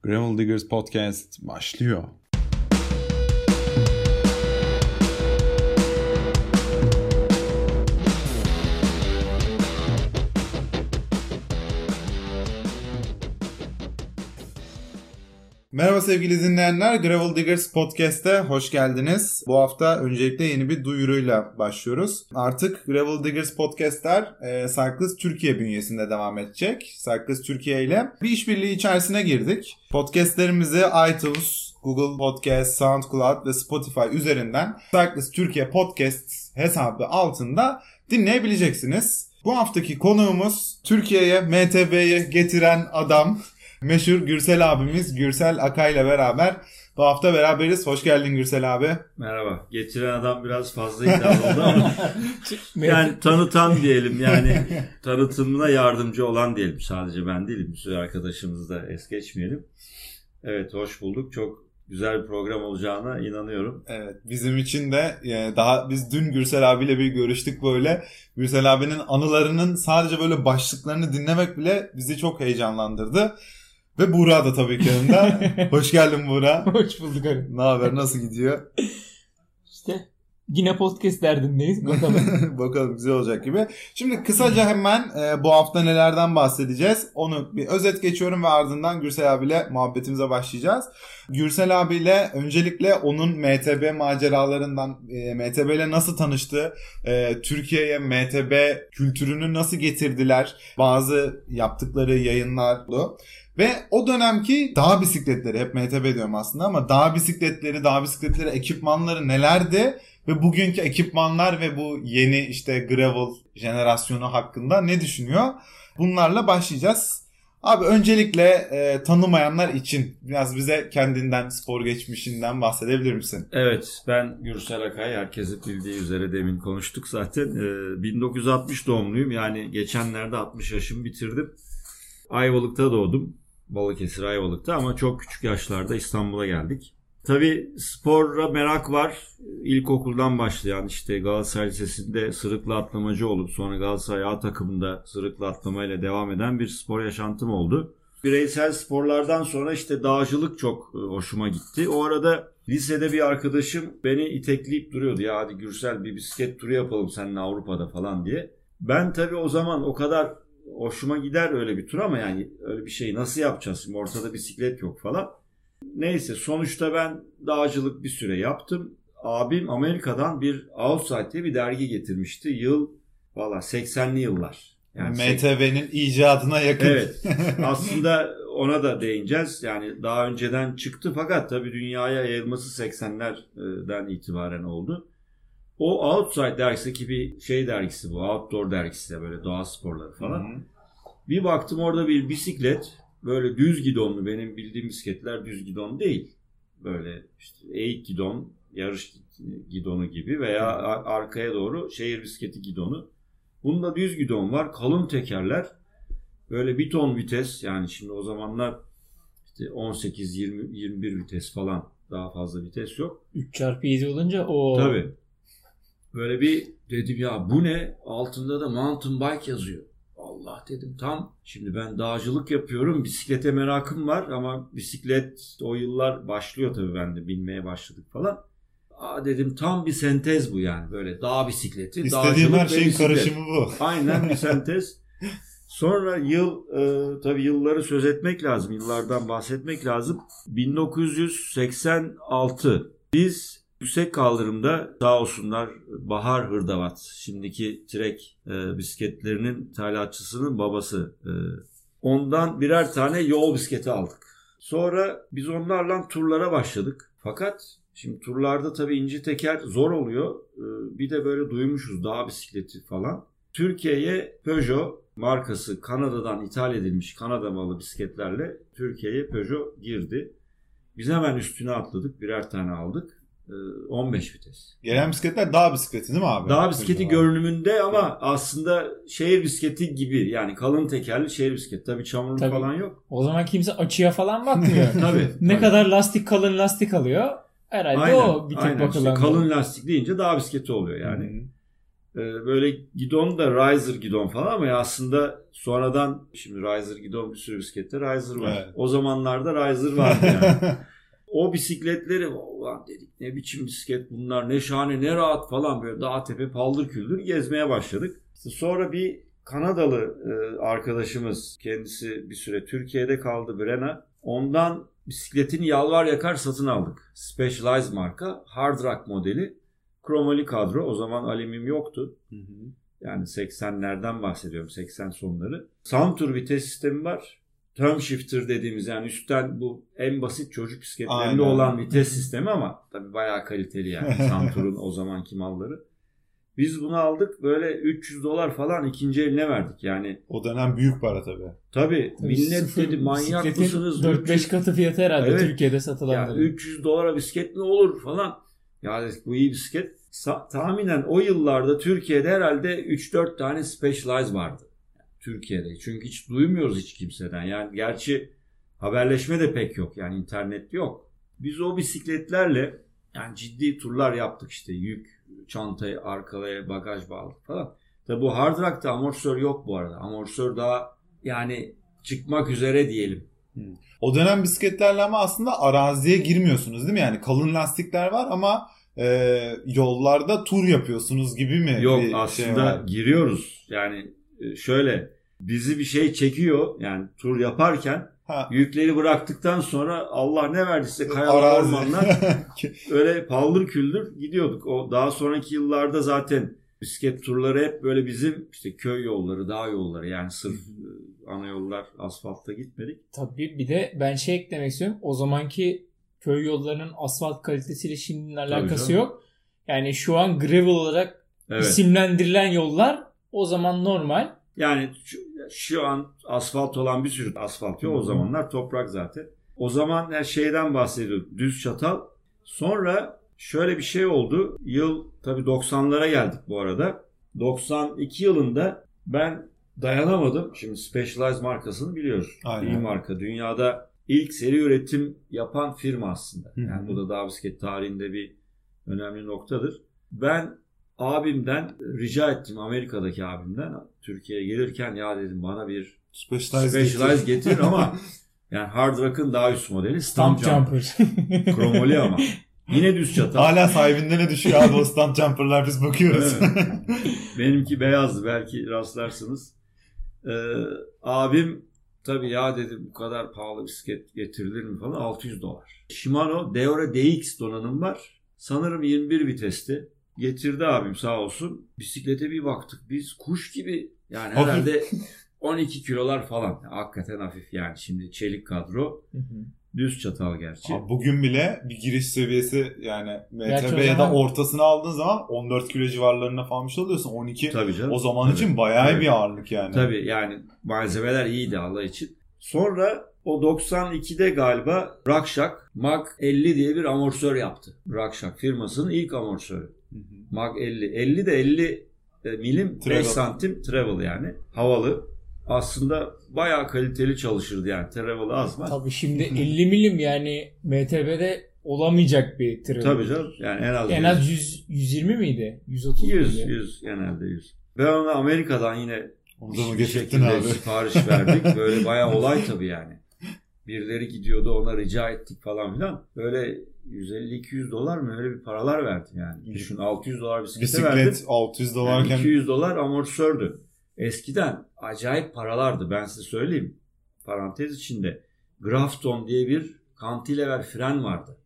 Gravel Diggers Podcast başlıyor. Merhaba sevgili dinleyenler, Gravel Diggers Podcast'e hoş geldiniz. Bu hafta öncelikle yeni bir duyuruyla başlıyoruz. Artık Gravel Diggers Podcast'ler Cyclist Türkiye bünyesinde devam edecek. Cyclist Türkiye ile bir işbirliği içerisine girdik. Podcast'lerimizi iTunes, Google Podcast, SoundCloud ve Spotify üzerinden Cyclist Türkiye Podcast hesabı altında dinleyebileceksiniz. Bu haftaki konuğumuz Türkiye'ye MTB'yi getiren adam, meşhur Gürsel abimiz Gürsel Akay ile beraber bu hafta beraberiz. Hoş geldin Gürsel abi. Merhaba. Getiren adam biraz fazla iddialı oldu ama yani tanıtan diyelim, yani tanıtımına yardımcı olan diyelim. Sadece ben değilim. Bir sürü arkadaşımızı da es geçmeyelim. Evet, hoş bulduk. Çok güzel bir program olacağına inanıyorum. Evet, bizim için de daha biz dün Gürsel abiyle bir görüştük böyle. Gürsel abinin anılarının sadece böyle başlıklarını dinlemek bile bizi çok heyecanlandırdı. Ve Buğra da tabii ki yanında. Hoş geldin Buğra. Hoş bulduk abi. Ne haber, nasıl gidiyor? İşte yine podcast derdindeyiz. Bakalım. Bakalım, güzel olacak gibi. Şimdi kısaca hemen bu hafta nelerden bahsedeceğiz? Onu bir özet geçiyorum ve ardından Gürsel abiyle muhabbetimize başlayacağız. Gürsel abiyle öncelikle onun MTB maceralarından, MTB ile nasıl tanıştı, Türkiye'ye MTB kültürünü nasıl getirdiler, bazı yaptıkları yayınlar oldu. Ve o dönemki dağ bisikletleri, hep MTB diyorum aslında ama dağ bisikletleri ekipmanları nelerdi ve bugünkü ekipmanlar ve bu yeni işte gravel jenerasyonu hakkında ne düşünüyor? Bunlarla başlayacağız. Abi öncelikle tanımayanlar için biraz bize kendinden, spor geçmişinden bahsedebilir misin? Evet, ben Gürsel Akay. Herkesin bildiği üzere demin konuştuk zaten. 1960 doğumluyum, yani geçenlerde 60 yaşımı bitirdim. Ayvalık'ta doğdum. Balıkesir Ayvalık'ta, ama çok küçük yaşlarda İstanbul'a geldik. Tabii spora merak var. İlkokuldan başlayan, işte Galatasaray Lisesi'nde sırıkla atlamacı olup sonra Galatasaray A takımında sırıkla atlamayla devam eden bir spor yaşantım oldu. Bireysel sporlardan sonra işte dağcılık çok hoşuma gitti. O arada lisede bir arkadaşım beni itekleyip duruyordu. Ya hadi Gürsel, bir bisiklet turu yapalım seninle Avrupa'da falan diye. Ben tabii o zaman o kadar hoşuma gider öyle bir tur ama yani öyle bir şeyi nasıl yapacağız? Şimdi ortada bisiklet yok falan. Neyse, sonuçta ben dağcılık bir süre yaptım. Abim Amerika'dan bir Outside diye bir dergi getirmişti. Yıl valla 80'li yıllar. Yani MTB'nin icadına yakın. Evet. Aslında ona da değineceğiz. Yani daha önceden çıktı fakat tabii dünyaya yayılması 80'lerden itibaren oldu. O Outside dergisi, ki bir şey dergisi bu. Outdoor dergisi de, böyle doğa sporları falan. Hı-hı. Bir baktım orada bir bisiklet, böyle düz gidonlu, benim bildiğim bisikletler düz gidon değil. Böyle işte eğik gidon, yarış gidonu gibi veya arkaya doğru şehir bisikleti gidonu. Bunda düz gidon var, kalın tekerler. Böyle bir ton vites, yani şimdi o zamanlar işte 18, 20, 21 vites falan, daha fazla vites yok. 3x7 olunca o... Tabii. Böyle bir dedim, ya bu ne? Altında da mountain bike yazıyor. Allah dedim, tam şimdi ben dağcılık yapıyorum, bisiklete merakım var ama bisiklet o yıllar başlıyor tabii, ben de binmeye başladık falan. Dedim tam bir sentez bu, yani böyle dağ bisikleti, İstediğim her şeyin karışımı bu. Aynen bir sentez. Sonra tabii yılları söz etmek lazım, yıllardan bahsetmek lazım. 1986 biz yüksek kaldırımda, sağ olsunlar Bahar Hırdavat, şimdiki Trek bisikletlerinin ithalatçısının babası, ondan birer tane yol bisikleti aldık. Sonra biz onlarla turlara başladık. Fakat şimdi turlarda tabii ince teker zor oluyor. Bir de böyle duymuşuz dağ bisikleti falan. Türkiye'ye Peugeot markası, Kanada'dan ithal edilmiş Kanada malı bisikletlerle Türkiye'ye Peugeot girdi. Biz hemen üstüne atladık, birer tane aldık. 15 vites. Gelen bisikletler dağ bisikleti değil mi abi? Dağ bisikleti görünümünde ama aslında şehir bisikleti gibi, yani kalın tekerli şehir bisikleti. Tabii çamurlu falan yok. O zaman kimse açıya falan bakmıyor. Tabii. Ne kadar lastik, kalın lastik alıyor. Herhalde aynen, o bir tek bakılan. İşte kalın lastik deyince dağ bisikleti oluyor yani. Böyle gidon da riser gidon falan ama aslında sonradan şimdi riser gidon bir sürü bisiklette riser var. Evet. O zamanlarda riser vardı yani. O bisikletleri ulan dedik ne biçim bisiklet bunlar, ne şahane ne rahat falan, böyle dağ tepe paldır küldür gezmeye başladık. Sonra bir Kanadalı arkadaşımız, kendisi bir süre Türkiye'de kaldı, Brenna. Ondan bisikletini yalvar yakar satın aldık. Specialized marka Hard Rock modeli. Kromoli kadro. O zaman alüminyum yoktu. Hı hı. Yani 80'lerden bahsediyorum. 80 sonları. Soundtour vites sistemi var. Turn shifter dediğimiz, yani üstten bu en basit çocuk bisikletlerinde Aynen. olan vites sistemi ama tabii bayağı kaliteli yani. Soundtour'un o zamanki malları. Biz bunu aldık, böyle $300 falan ikinci eline verdik yani. O dönem büyük para tabii. Tabii millet dedi manyak bisikletin mısınız? 4-5 katı fiyatı herhalde Evet. Türkiye'de Ya satılanların. $300 bisiklet mi olur falan. Ya dedik bu iyi bisiklet. Tahminen o yıllarda Türkiye'de herhalde 3-4 tane Specialized vardı. Türkiye'de. Çünkü hiç duymuyoruz hiç kimseden. Yani gerçi haberleşme de pek yok. Yani internet yok. Biz o bisikletlerle yani ciddi turlar yaptık işte. Yük, çantayı arkaya bagaj bağladık falan. Tabi bu Hard Rock'ta amortisör yok bu arada. Amortisör daha yani çıkmak üzere diyelim. O dönem bisikletlerle ama aslında araziye girmiyorsunuz değil mi? Yani kalın lastikler var ama yollarda tur yapıyorsunuz gibi mi? Yok bir aslında şey giriyoruz. Yani şöyle bizi bir şey çekiyor. Yani tur yaparken yükleri bıraktıktan sonra Allah ne verdiyse kayalar, ormanlar öyle paldır küldür gidiyorduk. O daha sonraki yıllarda zaten bisiklet turları hep böyle bizim işte köy yolları, dağ yolları, yani sırf ana yollar, asfaltta gitmedik. Tabii bir de ben şey eklemek istiyorum. O zamanki köy yollarının asfalt kalitesiyle şimdinin alakası yok. Yani şu an gravel olarak isimlendirilen yollar o zaman normal. Yani şu an asfalt olan bir sürü asfalt yok. O zamanlar toprak zaten. O zaman her şeyden bahsediyorduk. Düz çatal. Sonra şöyle bir şey oldu. Yıl tabii 90'lara geldik bu arada. 92 yılında ben dayanamadım. Şimdi Specialized markasını biliyoruz. Aynen. İyi marka. Dünyada ilk seri üretim yapan firma aslında. Yani bu da dağ bisiklet tarihinde bir önemli noktadır. Ben abimden rica ettim, Amerika'daki abimden, Türkiye'ye gelirken ya dedim bana bir Specialized getir ama yani Hard Rock'ın daha üst modeli Stump Jumper. Kromoli ama. Yine düz çatal. Hala sahibinden ne düşüyor abi o Stump Jumper'lar, biz bakıyoruz. Evet. Benimki beyazdı, belki rastlarsınız. Abim tabii ya dedi bu kadar pahalı bisiklet getirilir mi falan, $600. Shimano Deore DX donanım var. Sanırım 21 vitesti. Getirdi abim sağ olsun. Bisiklete bir baktık biz, kuş gibi yani, herhalde 12 kilolar falan. Hakikaten hafif yani, şimdi çelik kadro. Düz çatal gerçi. Abi bugün bile bir giriş seviyesi yani MTB ya da zaman ortasını aldığın zaman 14 kilo civarlarına falan bir şey alıyorsun. 12 tabii canım. O zaman için bayağı bir ağırlık yani. Tabii yani malzemeler iyiydi Allah için. Sonra o 92'de galiba Rakşak Mag 50 diye bir amortisör yaptı. Rakşak firmasının ilk amortisörü. Mag 50. 50 de 50 milim Travel. 5 santim travel yani. Havalı. Aslında bayağı kaliteli çalışırdı yani. Travel az mı? Tabii şimdi 50 milim yani MTB'de olamayacak bir travel. Tabii canım. Yani en az 120 miydi? 130 miydi? 100 genelde 100. Ben ona Amerika'dan yine Onu bir şekilde sipariş verdik. Böyle bayağı olay tabii yani. Birileri gidiyordu, ona rica ettik falan filan. Böyle $150-200 mı öyle bir paralar verdim yani. Düşün, $600 bisiklete verdim. Bisiklet $600 Yani $200 amortisördü. Eskiden acayip paralardı, ben size söyleyeyim. Parantez içinde Grafton diye bir cantilever fren vardı.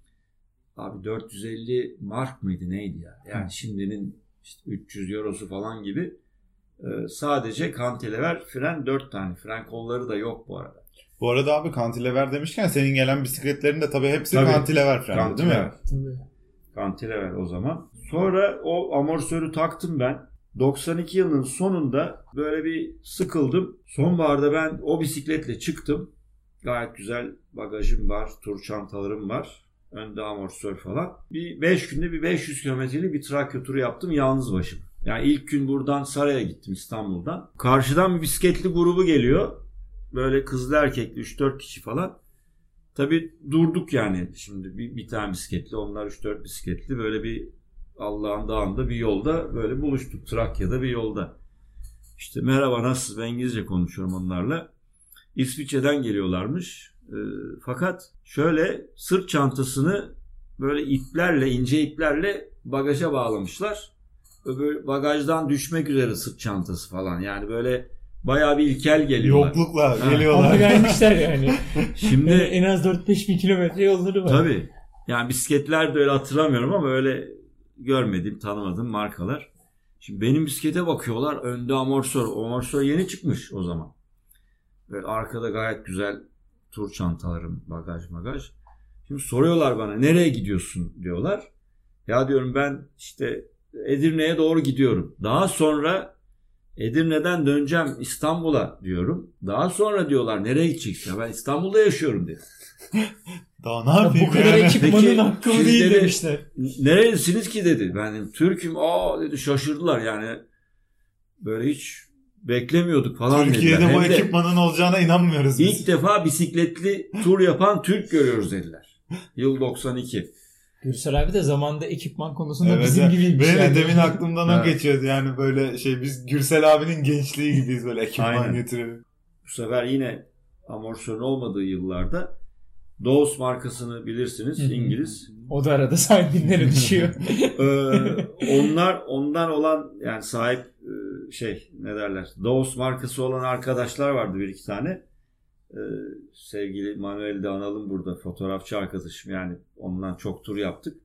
Abi 450 mark mıydı neydi ya? Yani şimdinin işte 300 eurosu falan gibi. Sadece cantilever fren, 4 tane. Fren kolları da yok bu arada. Bu arada abi cantilever demişken senin gelen bisikletlerin de tabii hepsi cantilever fren değil mi? Tabii. Cantilever o zaman. Sonra o amortisörü taktım ben. 92 yılının sonunda böyle bir sıkıldım. Sonbaharda ben o bisikletle çıktım. Gayet güzel bagajım var, tur çantalarım var. Önde amortisör falan. Bir 5 günde bir 500 kilometrelik bir Trakya turu yaptım yalnız başıma. Yani ilk gün buradan Saray'a gittim, İstanbul'dan. Karşıdan bir bisikletli grubu geliyor. Böyle kızlı erkekli 3-4 kişi falan. Tabii durduk yani. Şimdi bir tane bisikletli, onlar 3-4 bisikletli. Böyle bir Allah'ın dağında bir yolda böyle buluştuk. Trakya'da bir yolda. İşte merhaba nasılsınız? Ben İngilizce konuşuyorum onlarla. İsviçre'den geliyorlarmış. Fakat şöyle sırt çantasını böyle iplerle, ince iplerle bagaja bağlamışlar. Böyle bagajdan düşmek üzere sırt çantası falan. Yani böyle bayağı bir ilkel geliyorlar. Yoklukla geliyorlar. Ama gelmişler yani. Şimdi en az 4-5 bin kilometre yolları var. Tabii. Yani bisikletler de öyle hatırlamıyorum ama öyle görmediğim, tanımadığım markalar. Şimdi benim bisiklete bakıyorlar. Önde amortisör. Amortisör yeni çıkmış o zaman. Böyle arkada gayet güzel tur çantalarım, bagaj. Şimdi soruyorlar bana nereye gidiyorsun diyorlar. Ya diyorum ben işte Edirne'ye doğru gidiyorum. Daha sonra Edirne'den döneceğim İstanbul'a diyorum. Daha sonra diyorlar nereye gideceksin? Ya ben İstanbul'da yaşıyorum dedi. Daha ne yapayım bu kadar yani? ekipmanın hakkı değil dedi, demişler. Nerelisiniz ki dedi. Ben dedim, Türk'üm. Dedi, şaşırdılar yani. Böyle hiç beklemiyorduk falan Türkiye'de dediler. bu Hem de ekipmanın olacağına inanmıyoruz biz. İlk defa bisikletli tur yapan Türk görüyoruz dediler. Yıl 92. Gürsel abi de zamanda ekipman konusunda Evet, bizim gibiymiş. benim yani. de demin aklımdan o Evet. geçiyordu. Yani böyle biz Gürsel abinin gençliği gibiyiz böyle ekipman Aynen. getirelim. Bu sefer yine amortisörün olmadığı yıllarda Dawes markasını bilirsiniz. İngiliz. O da arada sahibinlere düşüyor. Ondan olan yani sahip ne derler, Dawes markası olan arkadaşlar vardı bir iki tane. Sevgili Manuel'i de analım burada, fotoğrafçı arkadaşım, yani ondan çok tur yaptık.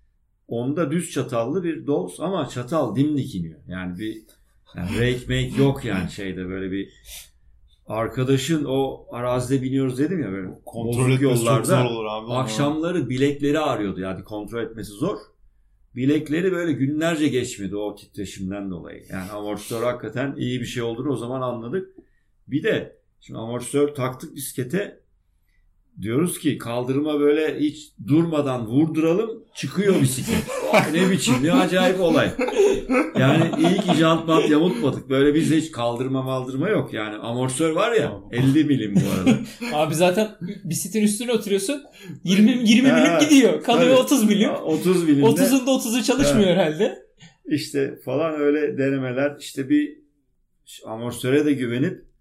Onda düz çatallı bir Dawes ama çatal dimdik iniyor. Yani rake make yok yani şeyde, böyle bir arkadaşın o arazide biniyoruz dedim ya, böyle Kontrol etmesi çok zor olur abi. Akşamları bilekleri ağrıyordu, yani kontrol etmesi zor. Bilekleri böyle günlerce geçmedi o titreşimden dolayı. Yani amortisör hakikaten iyi bir şey olduğunu o zaman anladık. Bir de şimdi amortisör taktık bisiklete, diyoruz ki kaldırıma böyle hiç durmadan vurduralım, çıkıyor bisiklet. Ne biçim, ne acayip olay. Yani iyi ki jantmat yamultmadık. Böyle bizde hiç kaldırma yok. Yani amortisör var ya 50 milim bu arada. Abi zaten bisikletin üstüne oturuyorsun. 20 milim gidiyor. Kalıyor tabii. 30 milim. 30 milimde. 30'un da 30'u çalışmıyor herhalde. İşte falan öyle denemeler. İşte bir amortisöre de güvenip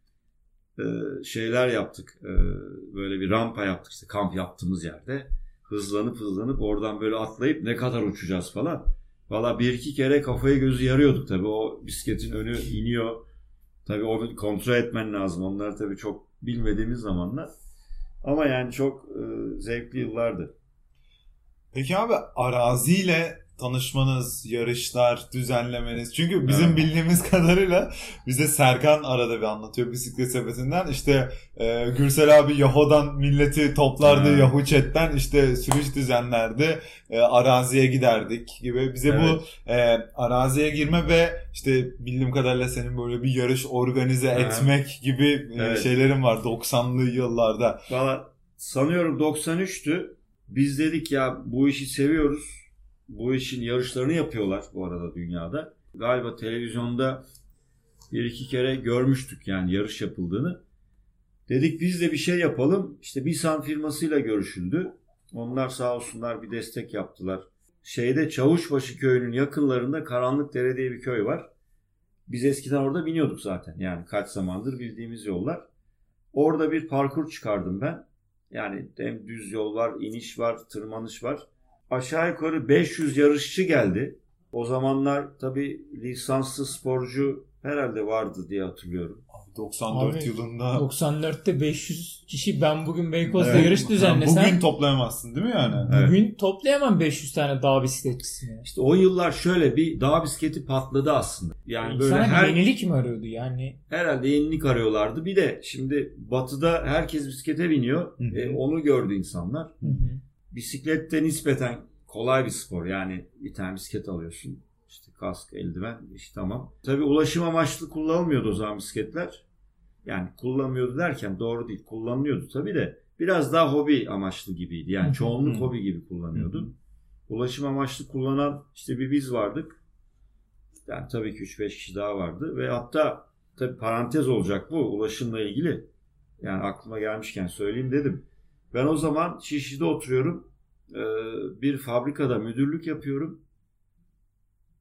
şeyler yaptık. Böyle bir rampa yaptık işte kamp yaptığımız yerde. Hızlanıp oradan böyle atlayıp ne kadar uçacağız falan. Valla bir iki kere kafayı gözü yarıyorduk tabii. O bisikletin önü iniyor. Tabii onu kontrol etmen lazım. Onları tabii çok bilmediğimiz zamanlar. Ama yani çok zevkli yıllardı. Peki abi, araziyle tanışmanız, yarışlar, düzenlemeniz. Çünkü bizim bildiğimiz kadarıyla bize Serkan arada bir anlatıyor bisiklet sepetinden. İşte Gürsel abi Yahoo'dan milleti toplardı, Yahoo Chat'ten işte sürüş düzenlerdi. Araziye giderdik gibi. Bize bu araziye girme ve işte bildiğim kadarıyla senin böyle bir yarış organize etmek gibi şeylerin var 90'lı yıllarda. Valla sanıyorum 93'tü. Biz dedik ya bu işi seviyoruz. Bu işin yarışlarını yapıyorlar bu arada dünyada. Galiba televizyonda bir iki kere görmüştük yani yarış yapıldığını. Dedik biz de bir şey yapalım. İşte Bisan firmasıyla görüşüldü. Onlar sağ olsunlar bir destek yaptılar. Çavuşbaşı köyünün yakınlarında Karanlıkdere diye bir köy var. Biz eskiden orada biniyorduk zaten. Yani kaç zamandır bildiğimiz yollar. Orada bir parkur çıkardım ben. Yani hem düz yol var, iniş var, tırmanış var. Aşağı yukarı 500 yarışçı geldi. O zamanlar tabii lisanslı sporcu herhalde vardı diye hatırlıyorum. 94 abi, yılında. 94'te 500 kişi, ben bugün Beykoz'da yarış düzenlesem. Bugün toplayamazsın değil mi yani? Bugün toplayamam 500 tane dağ bisikletçisini. İşte o yıllar şöyle bir dağ bisikleti patladı aslında. Yani böyle yenilik mi arıyordu yani? Herhalde yenilik arıyorlardı. Bir de şimdi batıda herkes bisiklete biniyor. Onu gördü insanlar. Bisiklet de nispeten kolay bir spor. Yani bir tane bisiklet alıyorsun. İşte kask, eldiven, işte tamam. Tabii ulaşım amaçlı kullanılmıyordu o zaman bisikletler. Yani kullanmıyordu derken doğru değil. Kullanılıyordu tabii de biraz daha hobi amaçlı gibiydi. Yani çoğunluk hobi gibi kullanıyordu. Ulaşım amaçlı kullanan işte bir biz vardık. Yani tabii ki 3-5 kişi daha vardı. Ve hatta tabii parantez olacak bu ulaşımla ilgili. Yani aklıma gelmişken söyleyeyim dedim. Ben o zaman Şişli'de oturuyorum. Bir fabrikada müdürlük yapıyorum.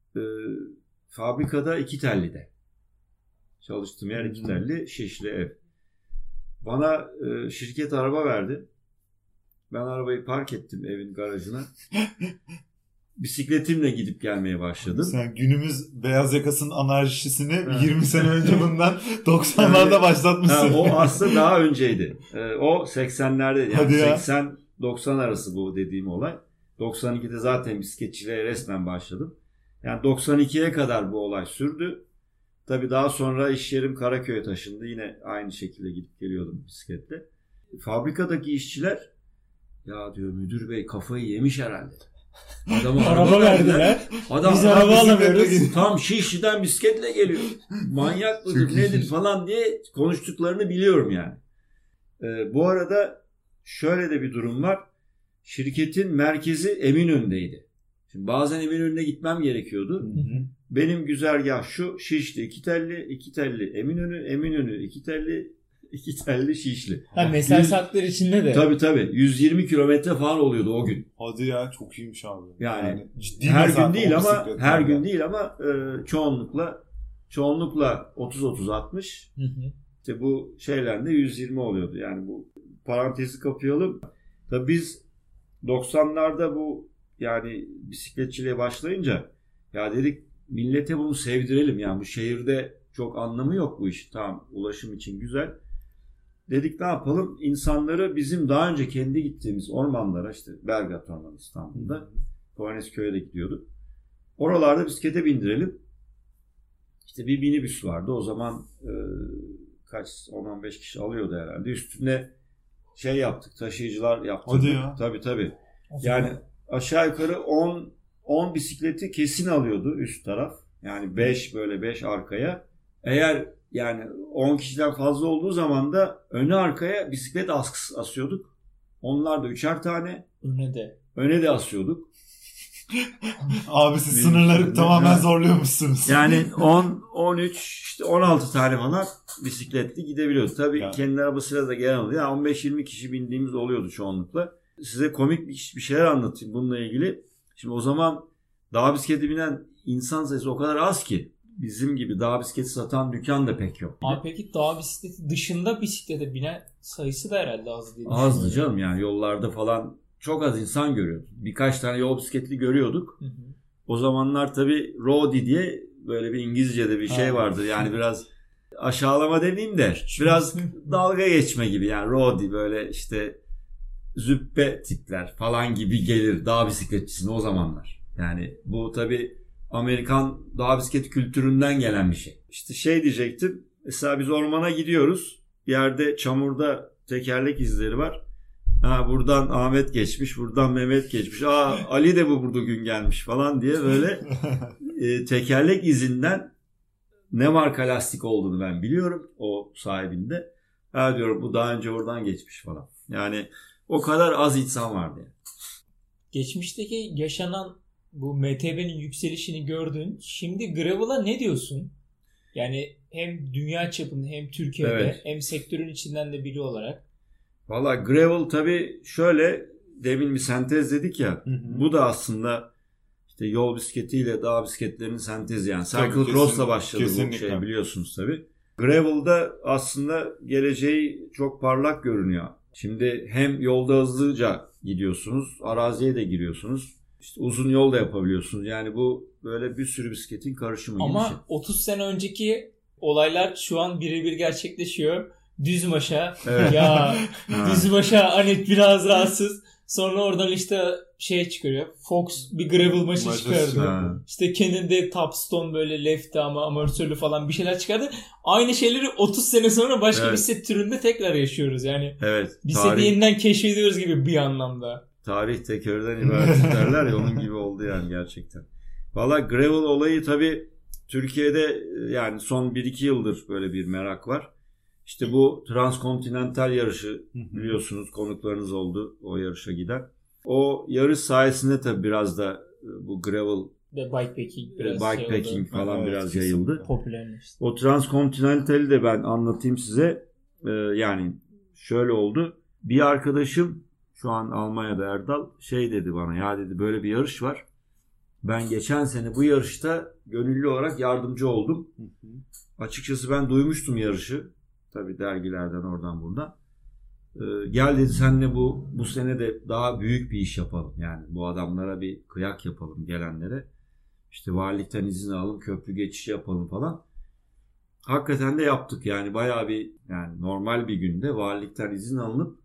fabrikada İkitelli'de. Çalıştığım yer İkitelli, Şişli ev. Bana şirket araba verdi. Ben arabayı park ettim evin garajına. Bisikletimle gidip gelmeye başladım. Sen günümüz beyaz yakasının anarşisini 20 sene önce bundan 90'larda başlatmışsın. O aslında daha önceydi. O 80'lerde yani ya. 80-90 arası bu dediğim olay. 92'de zaten bisikletçiliğe resmen başladım. Yani 92'ye kadar bu olay sürdü. Tabii daha sonra iş yerim Karaköy'e taşındı. Yine aynı şekilde gidip geliyordum bisikletle. Fabrikadaki işçiler ya diyor müdür bey kafayı yemiş herhalde. Adama araba verdiler. Adam biz araba alamıyoruz. Tam Şişli'den bisikletle geliyor. Manyak mıdır nedir falan diye konuştuklarını biliyorum yani. Bu arada şöyle de bir durum var. Şirketin merkezi Eminönü'ndeydi. Şimdi bazen Eminönü'ne gitmem gerekiyordu. Hı-hı. Benim güzergah şu: Şişli, İkitelli, Eminönü, İkitelli, Şişli. Mesai saatleri içinde de. Tabii. 120 kilometre falan oluyordu o gün. Hadi ya, çok iyiymiş abi. Yani ciddi her gün değil ama çoğunlukla 30-60. İşte bu şeylerle 120 oluyordu. Yani bu parantezi kapayalım. Tabii biz 90'larda bu yani bisikletçiliğe başlayınca ya dedik millete bunu sevdirelim. Yani bu şehirde çok anlamı yok bu iş. Tamam, ulaşım için güzel. Dedik ne yapalım? İnsanları bizim daha önce kendi gittiğimiz ormanlara, işte Belgrad Ormanı İstanbul'da, Kovanesköy'e de gidiyorduk. Oralarda bisiklete bindirelim. İşte bir minibüs vardı. O zaman 10-15 kişi alıyordu herhalde. Üstüne şey yaptık, taşıyıcılar yaptık. Hadi ya. Tabii. Yani aşağı yukarı 10 bisikleti kesin alıyordu üst taraf. Yani 5 arkaya. Eğer yani 10 kişiden fazla olduğu zaman da öne arkaya bisiklet askısı asıyorduk. Onlar da 3'er tane. Öne de asıyorduk. Abi siz sınırları tamamen zorluyormuşsunuz. Yani 10, 13, işte 16 tane falan bisikletli gidebiliyordu. Tabii yani. Kendi arabasıyla da gelen oluyor. Yani 15-20 kişi bindiğimiz oluyordu çoğunlukla. Size komik bir şeyler anlatayım bununla ilgili. Şimdi o zaman dağ bisikleti binen insan sayısı o kadar az ki. Bizim gibi dağ bisikleti satan dükkan da pek yok. Abi peki dağ bisikleti dışında bisiklete binen sayısı da herhalde az değil. Azdı canım, yani yollarda falan çok az insan görüyorduk. Birkaç tane yol bisikletli görüyorduk. O zamanlar tabii roadie diye böyle bir İngilizce'de bir şey vardır. Yani biraz aşağılama demeyeyim de biraz dalga geçme gibi, yani roadie böyle işte züppe tipler falan gibi gelir dağ bisikletçisine o zamanlar. Yani bu tabii Amerikan dağ bisikleti kültüründen gelen bir şey. İşte şey diyecektim. Mesela biz ormana gidiyoruz. Bir yerde çamurda tekerlek izleri var. Buradan Ahmet geçmiş, buradan Mehmet geçmiş. Ali de burada gün gelmiş falan diye böyle tekerlek izinden ne marka lastik olduğunu ben biliyorum o sahibinde. Diyorum bu daha önce oradan geçmiş falan. Yani o kadar az insan vardı yani. Geçmişteki yaşanan bu MTB'nin yükselişini gördün. Şimdi gravel'a ne diyorsun? Yani hem dünya çapında hem Türkiye'de hem sektörün içinden de biri olarak. Valla gravel tabii şöyle, demin bir sentez dedik ya. Bu da aslında işte yol bisikletiyle dağ bisikletlerinin sentezi yani. Cyclocross'la başladı bu şey, biliyorsunuz tabii. Gravel'da aslında geleceği çok parlak görünüyor. Şimdi hem yolda hızlıca gidiyorsunuz, araziye de giriyorsunuz. İşte uzun yol da yapabiliyorsunuz. Yani bu böyle bir sürü bisikletin karışımı gibi bir şey. Ama 30 sene önceki olaylar şu an birebir gerçekleşiyor. Düzmaşa. Evet. Ya Düzmaşa Anet biraz rahatsız. Sonra oradan işte şey çıkarıyor. Fox bir gravel maçı çıkardı. İşte kendinde Topstone böyle lefty ama amortisörlü falan bir şeyler çıkardı. Aynı şeyleri 30 sene sonra başka bir set türünde tekrar yaşıyoruz. Yani bisikleti yeniden keşfediyoruz gibi bir anlamda. Tarih tekerrürden ibaret derler ya, onun gibi oldu yani gerçekten. Valla gravel olayı tabii Türkiye'de yani son 1-2 yıldır böyle bir merak var. İşte bu transkontinental yarışı biliyorsunuz, konuklarınız oldu o yarışa giden. O yarış sayesinde tabii biraz da bu gravel bikepacking falan biraz yayıldı. Popülerleşti. O transkontinentali de ben anlatayım size. Yani şöyle oldu. Bir arkadaşım şu an Almanya'da, Erdal, şey dedi bana, ya dedi böyle bir yarış var. Ben geçen sene bu yarışta gönüllü olarak yardımcı oldum. Açıkçası ben duymuştum yarışı. Tabii dergilerden oradan buradan. Gel dedi seninle bu sene de daha büyük bir iş yapalım. Yani bu adamlara bir kıyak yapalım gelenlere. İşte valilikten izin alalım, köprü geçişi yapalım falan. Hakikaten de yaptık yani bayağı bir yani normal bir günde valilikten izin alınıp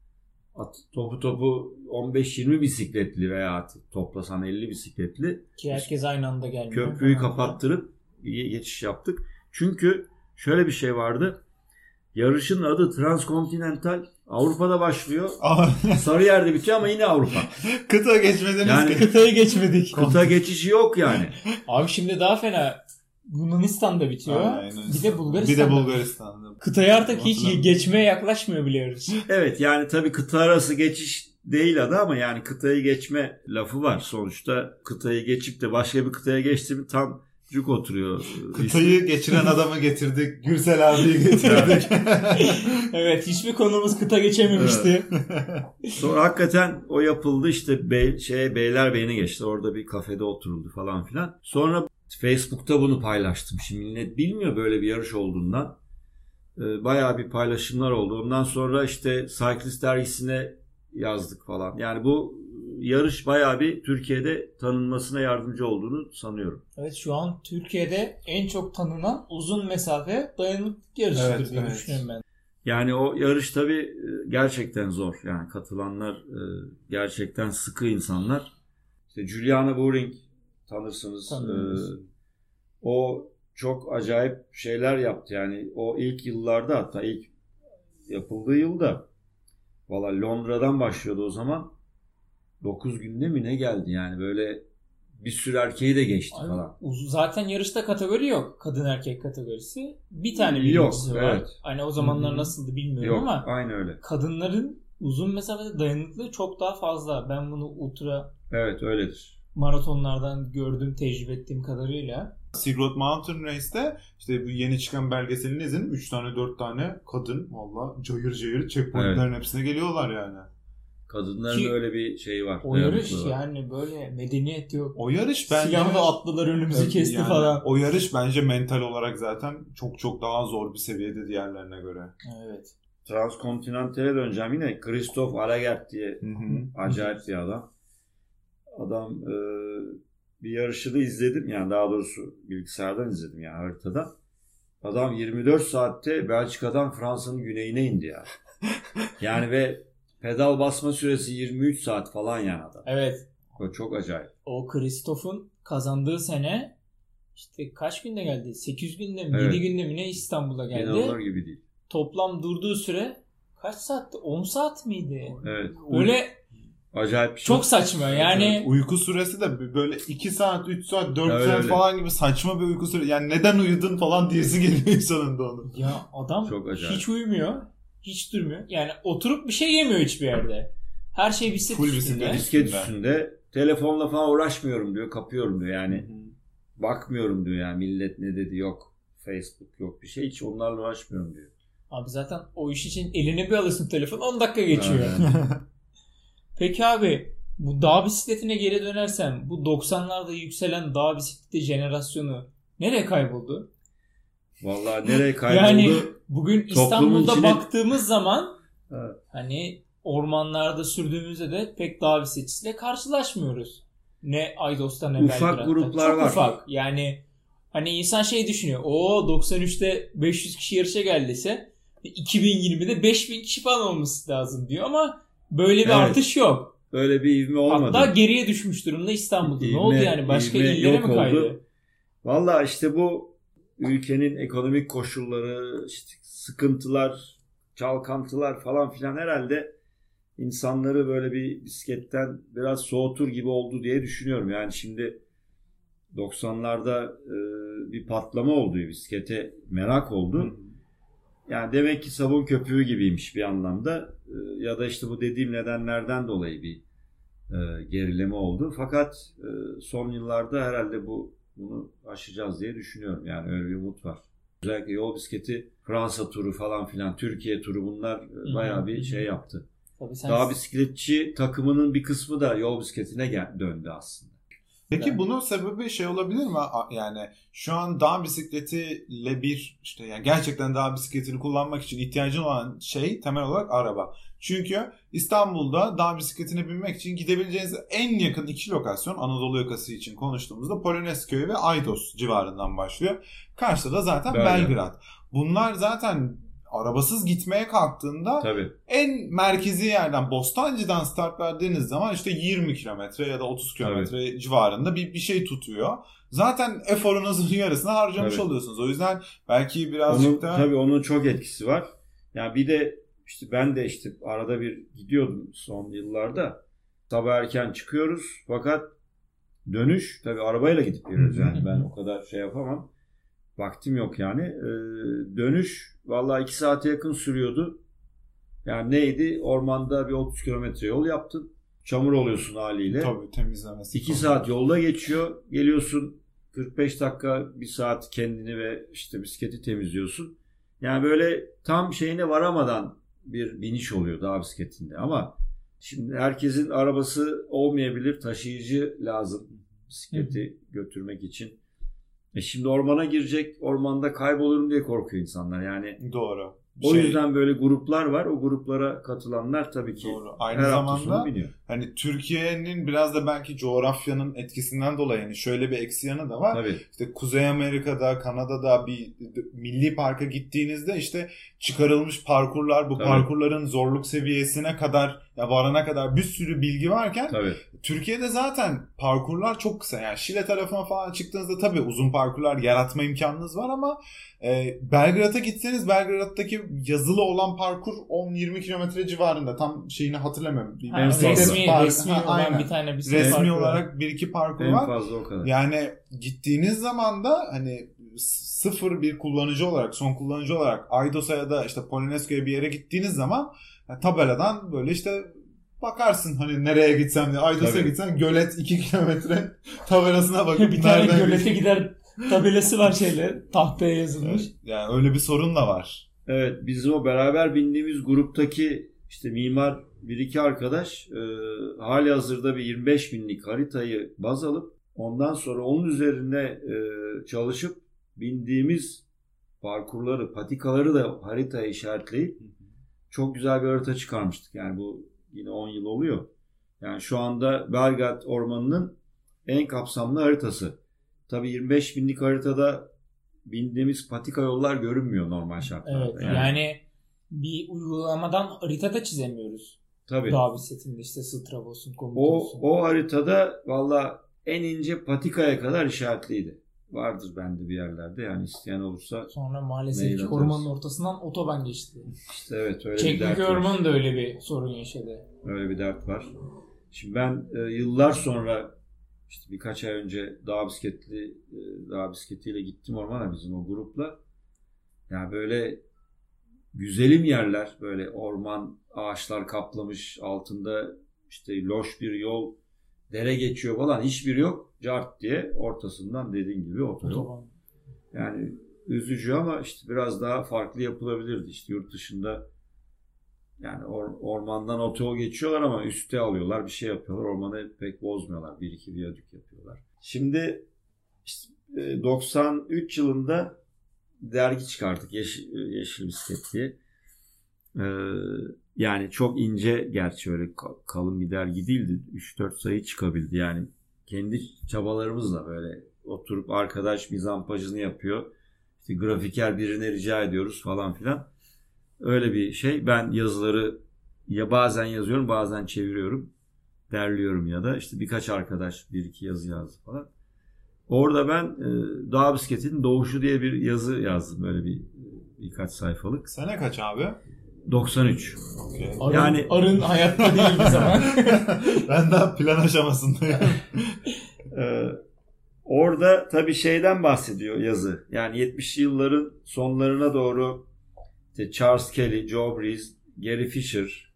topu 15-20 bisikletli veya toplasan 50 bisikletli ki herkes aynı anda gelmiyor. Köprüyü kapattırıp geçiş yaptık. Çünkü şöyle bir şey vardı. Yarışın adı Transkontinental. Avrupa'da başlıyor. Sarıyer'de bitiyor ama yine Avrupa. Kıta geçmediniz yani, kıtaya geçmedik. Kıta geçişi yok yani. Abi şimdi daha fena. Yunanistan'da bitiyor. Bir de Bulgaristan'da. Kıtaya artık hiç geçmeye yaklaşmıyor biliyoruz. Evet yani tabii kıta arası geçiş değil adı ama yani kıtayı geçme lafı var. Sonuçta kıtayı geçip de başka bir kıtaya geçtiğimi tam cuk oturuyor. Kıtayı geçiren adamı getirdik. Gürsel abiyi getirdik. Evet hiçbir konumuz kıta geçememişti. Evet. Sonra hakikaten o yapıldı işte Beylerbeyi'ne geçti. Orada bir kafede oturuldu falan filan. Sonra Facebook'ta bunu paylaştım. Şimdi millet bilmiyor böyle bir yarış olduğundan. Bayağı bir paylaşımlar oldu. Ondan sonra işte Cyclist dergisine yazdık falan. Yani bu yarış bayağı bir Türkiye'de tanınmasına yardımcı olduğunu sanıyorum. Evet şu an Türkiye'de en çok tanınan uzun mesafe dayanıklık yarışıdır diye düşünüyorum ben. Yani o yarış tabii gerçekten zor. Yani katılanlar gerçekten sıkı insanlar. İşte Juliana Buring tanırsınız. O çok acayip şeyler yaptı. Yani o ilk yıllarda hatta ilk yapıldığı yılda valla Londra'dan başlıyordu o zaman. 9 günde mi ne geldi yani böyle bir sürü erkeği de geçti abi, falan. Zaten yarışta kategori yok. Kadın erkek kategorisi. Bir tane birincisi var. Evet. Hani o zamanlar nasıldı bilmiyorum yok, ama aynı öyle. Kadınların uzun mesafede dayanıklılığı çok daha fazla. Ben bunu ultra evet öyledir. Maratonlardan gördüğüm, tecrübe ettiğim kadarıyla. Silk Road Mountain Race'te işte bu yeni çıkan belgeselini izledim. 3 tane 4 tane kadın valla cayır cayır checkpointlerin hepsine geliyorlar yani. Kadınların öyle bir şeyi var. O yarış yani böyle medeniyet yok. O yarış bence... Silahla atlılar önümüzü kesti yani, falan. O yarış bence mental olarak zaten çok çok daha zor bir seviyede diğerlerine göre. Evet. Transkontinental'e döneceğim yine. Christophe Alaguert diye acayip bir adam. Adam bir yarışı da izledim. Yani daha doğrusu bilgisayardan izledim yani haritada. Adam 24 saatte Belçika'dan Fransa'nın güneyine indi ya. Yani ve pedal basma süresi 23 saat falan yani adam. Evet. O çok acayip. O Christophe'un kazandığı sene işte kaç günde geldi? 8 günde mi? Evet. 7 günde mi ne İstanbul'a geldi? İnanılır gibi değil. Toplam durduğu süre kaç saatti? 10 saat miydi? Evet. Böyle acayip bir şey. Çok saçma yani. Evet, uyku süresi de böyle 2 saat, 3 saat, 4 saat falan gibi saçma bir uyku süresi. Yani neden uyudun falan diyesi geliyor insanın onu. Ya adam hiç uyumuyor. Hiç durmuyor. Yani oturup bir şey yemiyor hiçbir yerde. Her şey bisiklet üstünde. Telefonla falan uğraşmıyorum diyor. Kapıyorum diyor yani. Bakmıyorum diyor yani millet ne dedi yok. Facebook yok bir şey. Hiç onlarla uğraşmıyorum diyor. Abi zaten o iş için eline bir alırsın telefon 10 dakika geçiyor. Peki abi bu dağ bisikletine geri dönersem bu 90'larda yükselen dağ bisikleti jenerasyonu nereye kayboldu? Vallahi nereye kayboldu? Yani bugün İstanbul'da baktığımız zaman evet. Hani ormanlarda sürdüğümüzde de pek dağ bisikletiyle karşılaşmıyoruz. Ne Aydos'ta ne Belgrad'da. Ufak gruplar çok var. Ufak. Yani hani insan şey düşünüyor. 93'te 500 kişi yarışa geldiyse 2020'de 5000 kişi falan olması lazım diyor ama böyle bir artış yok. Böyle bir ivme olmadı. Hatta geriye düşmüş durumda İstanbul'da. Ne oldu yani? Başka illere mi kaydı? Valla işte bu ülkenin ekonomik koşulları, işte sıkıntılar, çalkantılar falan filan herhalde insanları böyle bir bisikletten biraz soğutur gibi oldu diye düşünüyorum. Yani şimdi 90'larda bir patlama oldu. Bisiklete merak oldu. Yani demek ki sabun köpüğü gibiymiş bir anlamda. Ya da işte bu dediğim nedenlerden dolayı bir gerileme oldu. Fakat son yıllarda herhalde bunu aşacağız diye düşünüyorum. Yani öyle bir umut var. Özellikle yol bisikleti, Fransa turu falan filan, Türkiye turu bunlar bayağı bir şey yaptı. Dağ bisikletçi takımının bir kısmı da yol bisikletine döndü aslında. Peki bunun sebebi şey olabilir mi? Yani şu an dağ bisikletiyle işte yani gerçekten dağ bisikletini kullanmak için ihtiyacın olan şey temel olarak araba. Çünkü İstanbul'da dağ bisikletine binmek için gidebileceğiniz en yakın 2 lokasyon, Anadolu yakası için konuştuğumuzda Polonezköy ve Aydos civarından başlıyor. Karşıda da zaten Belgrad. Bunlar zaten arabasız gitmeye kalktığında tabii, en merkezi yerden Bostancı'dan start verdiğiniz zaman işte 20 kilometre ya da 30 kilometre civarında bir şey tutuyor. Zaten eforunuzun yarısını harcamış oluyorsunuz. O yüzden belki birazcık da... Tabii onun çok etkisi var. Yani bir de işte ben de işte arada bir gidiyordum son yıllarda. Sabah erken çıkıyoruz fakat dönüş tabii arabayla gidip geliyoruz yani. Ben o kadar şey yapamam. Vaktim yok yani. Dönüş vallahi 2 saate yakın sürüyordu. Yani neydi? Ormanda bir 30 kilometre yol yaptın. Çamur oluyorsun haliyle. Tabii temizlemesi. 2 saat yolda geçiyor. Geliyorsun 45 dakika, 1 saat kendini ve işte bisikleti temizliyorsun. Yani böyle tam şeyine varamadan bir biniş oluyor dağ bisikletinde. Ama şimdi herkesin arabası olmayabilir. Taşıyıcı lazım bisikleti götürmek için. Şimdi ormana girecek, ormanda kaybolurum diye korkuyor insanlar yani. Doğru. O yüzden böyle gruplar var. O gruplara katılanlar tabii ki doğru. Aynı zamanda hani Türkiye'nin biraz da belki coğrafyanın etkisinden dolayı yani şöyle bir eksi yanı da var. Tabii. İşte Kuzey Amerika'da, Kanada'da bir milli parka gittiğinizde işte çıkarılmış parkurlar, bu parkurların zorluk seviyesine kadar varana kadar bir sürü bilgi varken Türkiye'de zaten parkurlar çok kısa. Yani Şile tarafına falan çıktığınızda tabii uzun parkurlar yaratma imkanınız var ama Belgrad'a gitseniz Belgrad'daki yazılı olan parkur 10-20 kilometre civarında. Tam şeyini hatırlamıyorum. Resmi olan bir tane resmi olarak 1-2 parkur var. En fazla o kadar. Yani gittiğiniz zaman da hani sıfır bir kullanıcı olarak, son kullanıcı olarak Aydos'a ya da işte Polonezköy'e bir yere gittiğiniz zaman tabeladan böyle işte bakarsın hani nereye gitsem diye. Aydos'a gitsen gölet 2 kilometre tabelasına bakıp bir tane gölete gider tabelası var tahtaya yazılmış. Evet, yani öyle bir sorun da var. Evet, bizim o beraber bindiğimiz gruptaki işte mimar 1-2 arkadaş hali hazırda bir 25 binlik haritayı baz alıp ondan sonra onun üzerine çalışıp bindiğimiz parkurları, patikaları da haritaya işaretleyip çok güzel bir harita çıkarmıştık. Yani bu yine 10 yıl oluyor. Yani şu anda Belgrad Ormanı'nın en kapsamlı haritası. Tabii 25 binlik haritada bindiğimiz patika yollar görünmüyor normal şartlarda. Evet, yani bir uygulamadan harita da çizemiyoruz. Tabii. Dağ bisikletinde işte Strava olsun, komut olsun. O haritada valla en ince patikaya kadar işaretliydi. Vardır bende bir yerlerde yani isteyen olursa. Sonra maalesef ki ormanın ortasından otoban geçti. İşte evet öyle Çeklik bir dert var. Ormanı da öyle bir sorun yaşadı. Öyle bir dert var. Şimdi ben yıllar sonra işte birkaç ay önce dağ bisikletiyle gittim ormana bizim o grupla. Yani böyle güzelim yerler, böyle orman, ağaçlar kaplamış, altında işte loş bir yol, dere geçiyor falan, hiçbir yok. Cart diye ortasından dediğin gibi otoyol. Yani üzücü ama işte biraz daha farklı yapılabilirdi. İşte yurt dışında yani ormandan otoyol geçiyorlar ama üste alıyorlar, bir şey yapıyorlar. Ormanı pek bozmuyorlar. 1-2 viyadük yapıyorlar. Şimdi işte 93 yılında dergi çıkarttık. Yeşil Bisiklet diye. Yani çok ince, gerçi öyle kalın bir dergi değildi. 3-4 sayı çıkabildi. Yani kendi çabalarımızla böyle oturup arkadaş mizampajını yapıyor. İşte grafiker birine rica ediyoruz falan filan. Öyle bir şey. Ben yazıları ya bazen yazıyorum, bazen çeviriyorum. Derliyorum ya da işte birkaç arkadaş 1-2 yazı yazdı falan. Orada ben dağ bisikletinin doğuşu diye bir yazı yazdım. Böyle birkaç sayfalık. Sene kaç abi? 93. Okay. Yani arın hayatta değil bir zaman. Ben daha plan aşamasındayım. Orada tabii şeyden bahsediyor yazı. Yani 70'li yılların sonlarına doğru işte Charles Kelly, Joe Breeze, Gary Fisher,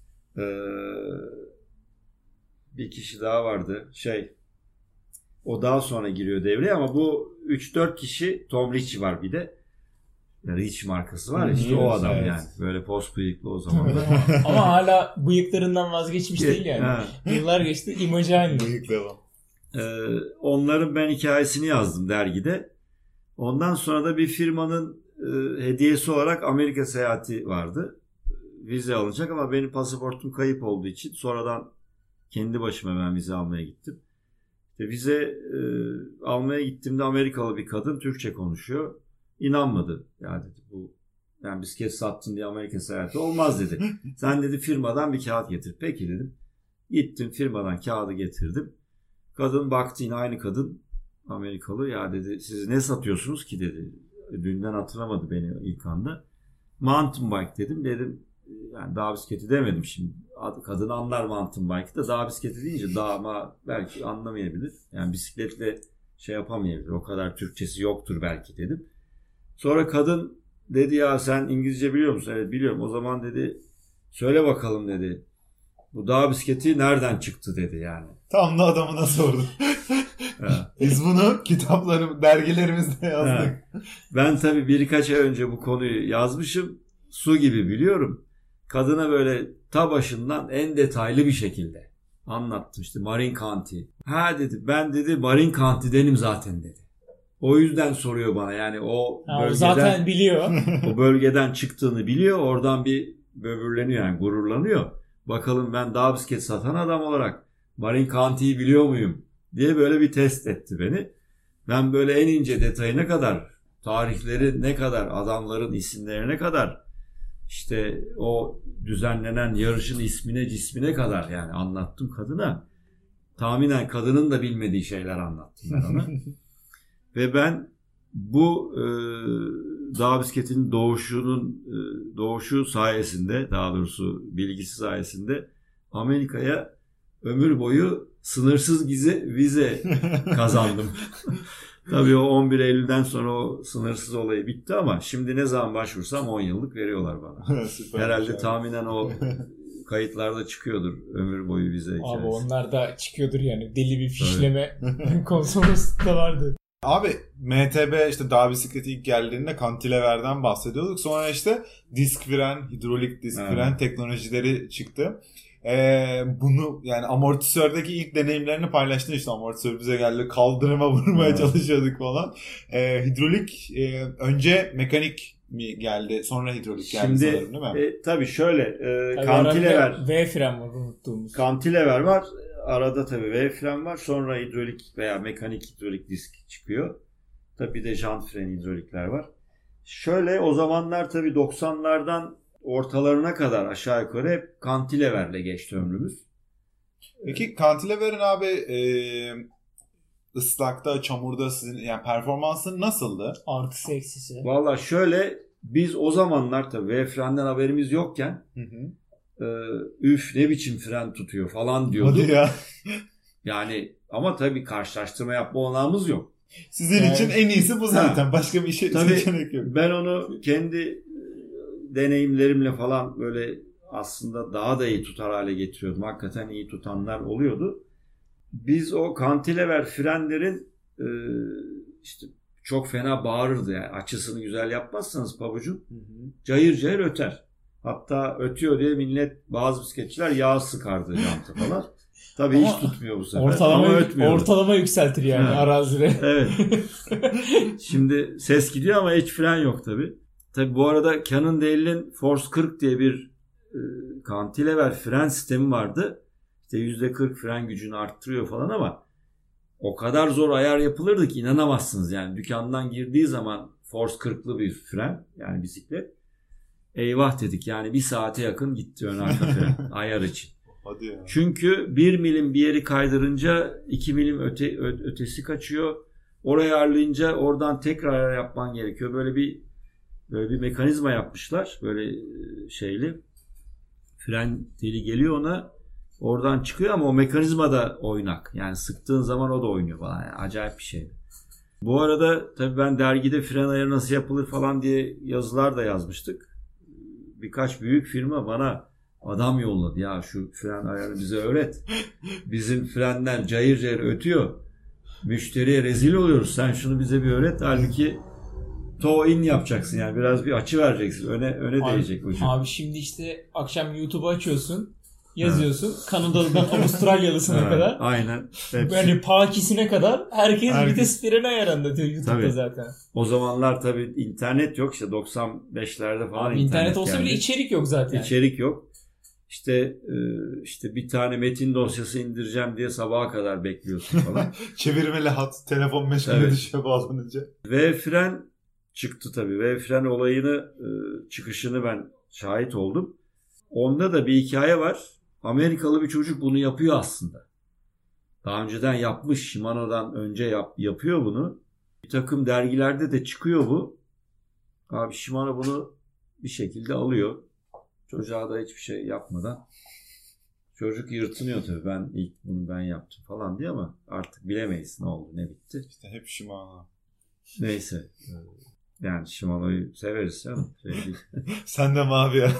bir kişi daha vardı. O daha sonra giriyor devreye ama bu 3-4 kişi, Tom Ritchie var bir de. Rich markası var işte o adam yani. Böyle post bıyıklı o zaman. Ama hala bıyıklarından vazgeçmiş değil yani. Yıllar geçti, imajı aynı. Bıyıklı. Onların ben hikayesini yazdım dergide. Ondan sonra da bir firmanın hediyesi olarak Amerika seyahati vardı. Vize alınacak ama benim pasaportum kayıp olduğu için sonradan kendi başıma ben vize almaya gittim. Vize almaya gittiğimde Amerikalı bir kadın Türkçe konuşuyor. İnanmadı. Ya dedi, bu yani bisiklet sattın diye Amerika seyahati olmaz dedi. Sen dedi firmadan bir kağıt getir. Peki dedim. Gittim firmadan kağıdı getirdim. Kadın baktı, yine aynı kadın Amerikalı. Ya dedi, siz ne satıyorsunuz ki dedi. Dünden hatırlamadı beni ilk anda. Mountain bike dedim. Dedim yani dağ bisikleti demedim şimdi. Kadın anlar mountain bike'ı da, dağ bisikleti deyince dağ ama belki anlamayabilir. Yani bisikletle şey yapamayabilir. O kadar Türkçesi yoktur belki dedim. Sonra kadın dedi, ya sen İngilizce biliyor musun? Evet biliyorum. O zaman dedi söyle bakalım dedi. Bu dağ bisikleti nereden çıktı dedi yani. Tam da adamına sordum. Biz bunu dergilerimizde yazdık. Ben tabii birkaç ay önce bu konuyu yazmışım. Su gibi biliyorum. Kadına böyle ta başından en detaylı bir şekilde anlattım. İşte Marin County. Ha dedi, ben dedi Marin County'denim zaten dedi. O yüzden soruyor bana, yani o bölgeden, zaten biliyor. O bölgeden çıktığını biliyor. Oradan bir böbürleniyor, yani gururlanıyor. Bakalım ben dağ bisiklet satan adam olarak Marin County'yi biliyor muyum diye böyle bir test etti beni. Ben böyle en ince detayına kadar, tarihleri ne kadar, adamların isimlerine kadar, işte o düzenlenen yarışın ismine cismine kadar yani anlattım kadına. Tahminen kadının da bilmediği şeyler anlattım ben ona. Ve ben bu dağ bisikletinin doğuşu sayesinde, daha doğrusu bilgisi sayesinde Amerika'ya ömür boyu sınırsız vize kazandım. Tabii o 11 Eylül'den sonra o sınırsız olayı bitti ama şimdi ne zaman başvursam 10 yıllık veriyorlar bana. Herhalde tahminen o kayıtlarda çıkıyordur ömür boyu vize hikayesi. Abi onlar da çıkıyordur yani, deli bir fişleme konsolosluğu da vardı. Abi MTB işte dağ bisikleti ilk geldiğinde kantileverden bahsediyorduk. Sonra işte disk fren, hidrolik disk fren teknolojileri çıktı. Bunu yani amortisördeki ilk deneyimlerini paylaştın, işte amortisör bize geldi, kaldırıma vurmaya çalışıyorduk falan. Hidrolik önce mekanik mi geldi, sonra hidrolik geldi şimdi, sanırım değil mi? Tabii şöyle kantilever, V fren var unuttuğumuz. Kantilever var. Arada tabii V fren var. Sonra hidrolik veya mekanik hidrolik disk çıkıyor. Tabii bir de jant fren hidrolikler var. Şöyle o zamanlar tabii 90'lardan ortalarına kadar aşağı yukarı hep kantileverle geçti ömrümüz. Peki kantileverin abi ıslakta, çamurda sizin yani performansı nasıldı? Artısı eksisi. Valla şöyle, biz o zamanlar tabii V frenden haberimiz yokken üf ne biçim fren tutuyor falan diyorduk. Hadi ya. Yani ama tabii karşılaştırma yapma olanağımız yok. Sizin için en iyisi bu zaten. Başka bir şey seçenek yok. Ben onu kendi deneyimlerimle falan böyle aslında daha da iyi tutar hale getiriyordum. Hakikaten iyi tutanlar oluyordu. Biz o kantilever frenlerin işte çok fena bağırırdı yani. Açısını güzel yapmazsanız pabucun cayır cayır öter. Hatta ötüyor diye millet, bazı bisikletçiler yağ sıkardı janta falan. Tabii ama hiç tutmuyor bu sefer. Ortalama yükseltir yani arazide. Evet. Şimdi ses gidiyor ama hiç fren yok tabii. Tabii bu arada Cannondale'in Force 40 diye bir kantilever fren sistemi vardı. İşte %40 fren gücünü arttırıyor falan ama o kadar zor ayar yapılırdı ki inanamazsınız. Yani dükkandan girdiği zaman Force 40'lı bir fren, yani bisiklet. Eyvah dedik yani, bir saate yakın gitti ön arka fren ayar için. Hadi ya. Çünkü 1 milim bir yeri kaydırınca 2 milim ötesi kaçıyor. Oraya ayarlayınca oradan tekrar ayar yapman gerekiyor. Böyle bir mekanizma yapmışlar. Böyle şeyli. Fren teli geliyor ona. Oradan çıkıyor ama o mekanizma da oynak. Yani sıktığın zaman o da oynuyor falan. Yani acayip bir şey. Bu arada tabii ben dergide fren ayarı nasıl yapılır falan diye yazılar da yazmıştık. Birkaç büyük firma bana adam yolladı. Ya şu fren ayarını bize öğret. Bizim frenler cayır cayır ötüyor. Müşteriye rezil oluyoruz. Sen şunu bize bir öğret. Halbuki toe in yapacaksın yani. Biraz bir açı vereceksin. Öne değecek ucu. Abi şimdi işte akşam YouTube'u açıyorsun. yazıyorsun. Kanadalı'dan Avustralyalısına kadar. Aynen. Yani Pakistan'e kadar herkes vites freni ayarında YouTube'da zaten. O zamanlar tabii internet yok. İşte 95'lerde falan internet olsa geldi. Bile içerik yok zaten. İçerik yok. İşte bir tane metin dosyası indireceğim diye sabaha kadar bekliyorsun falan. Çevirmeli hat, telefon meşgule düşüyor bağlanınca. V-fren çıktı tabii. V-fren olayını çıkışını ben şahit oldum. Onda da bir hikaye var. Amerikalı bir çocuk bunu yapıyor aslında. Daha önceden yapmış. Shimano'dan önce yapıyor bunu. Bir takım dergilerde de çıkıyor bu. Abi Shimano bunu bir şekilde alıyor. Çocuğa da hiçbir şey yapmadan. Çocuk yırtınıyor tabii. İlk bunu ben yaptım falan diye ama artık bilemeyiz ne oldu ne bitti. İşte hep Shimano. Neyse. Yani Shimano'yu severiz canım. Sen de mavi ya.